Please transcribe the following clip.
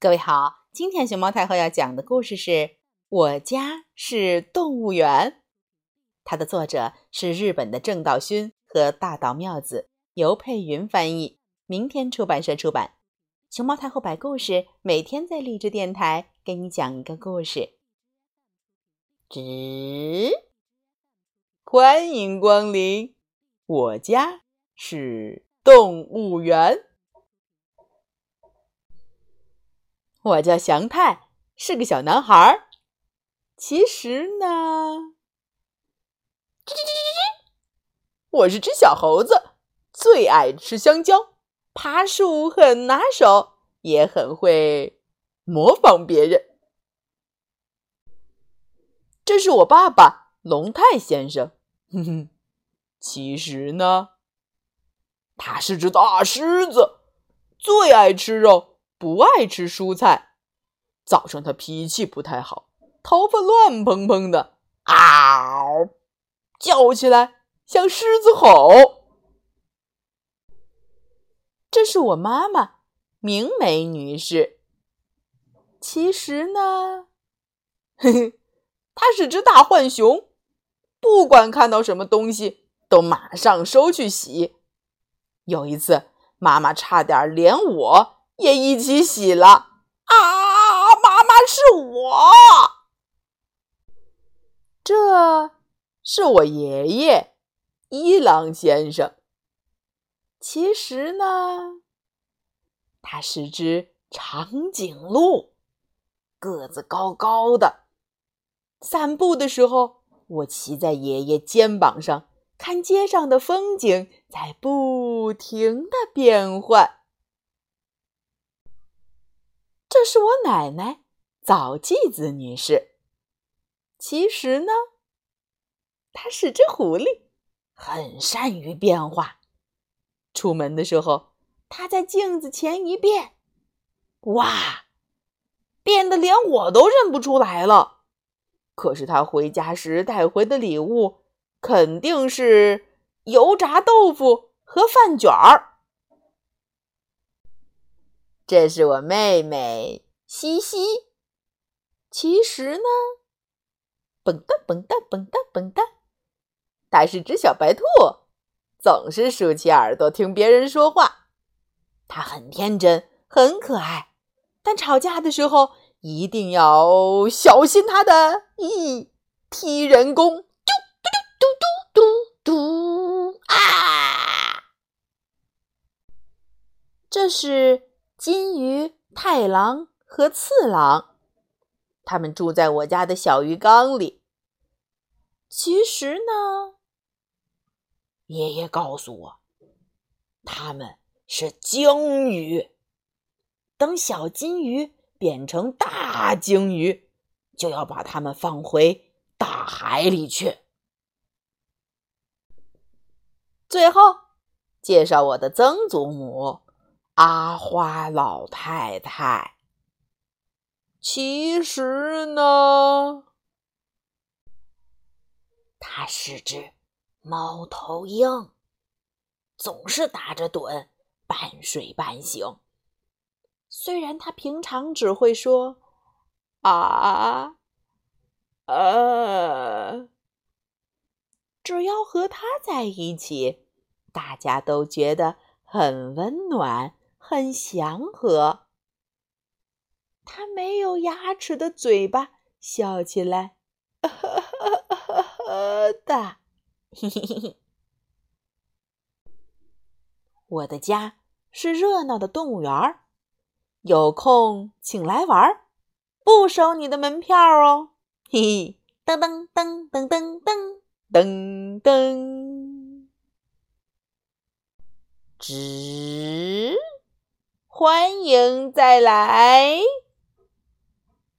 各位好，今天熊猫太后要讲的故事是我家是动物园。它的作者是日本的正道勋和大岛妙子，由佩云翻译，明天出版社出版。熊猫太后摆故事，每天在励志电台给你讲一个故事。欢迎光临，我家是动物园。我叫祥太，是个小男孩。其实呢，我是只小猴子，最爱吃香蕉，爬树很拿手，也很会模仿别人。这是我爸爸龙太先生，其实呢，他是只大狮子，最爱吃肉，不爱吃蔬菜。早上他脾气不太好，头发乱蓬蓬的，叫起来像狮子吼。这是我妈妈明美女士，其实呢，她是只大浣熊，不管看到什么东西都马上收去洗。有一次妈妈差点连我也一起洗了，妈妈是我。这是我爷爷一郎先生，其实呢，他是只长颈鹿，个子高高的。散步的时候，我骑在爷爷肩膀上，看街上的风景在不停地变换。这是我奶奶早纪子女士，其实呢，她是只狐狸，很善于变化。出门的时候，她在镜子前一变，哇，变得连我都认不出来了。可是她回家时带回的礼物肯定是油炸豆腐和饭卷儿。这是我妹妹西西，其实呢，蹦哒蹦哒蹦哒蹦哒，她是只小白兔，总是竖起耳朵听别人说话。她很天真，很可爱，但吵架的时候一定要小心她的踢人功，嘟嘟嘟嘟嘟嘟啊！这是金鱼、太郎和次郎，他们住在我家的小鱼缸里。其实呢，爷爷告诉我，他们是鲸鱼。等小金鱼变成大鲸鱼，就要把它们放回大海里去。最后，介绍我的曾祖母阿花老太太。其实呢，她是只猫头鹰，总是打着盹，半睡半醒。虽然她平常只会说只要和她在一起，大家都觉得很温暖，很祥和。她没有牙齿的嘴巴笑起来的。我的家是热闹的动物园，有空请来玩，不收你的门票哦。嘿嘿，噔噔噔噔噔噔噔噔，欢迎再来。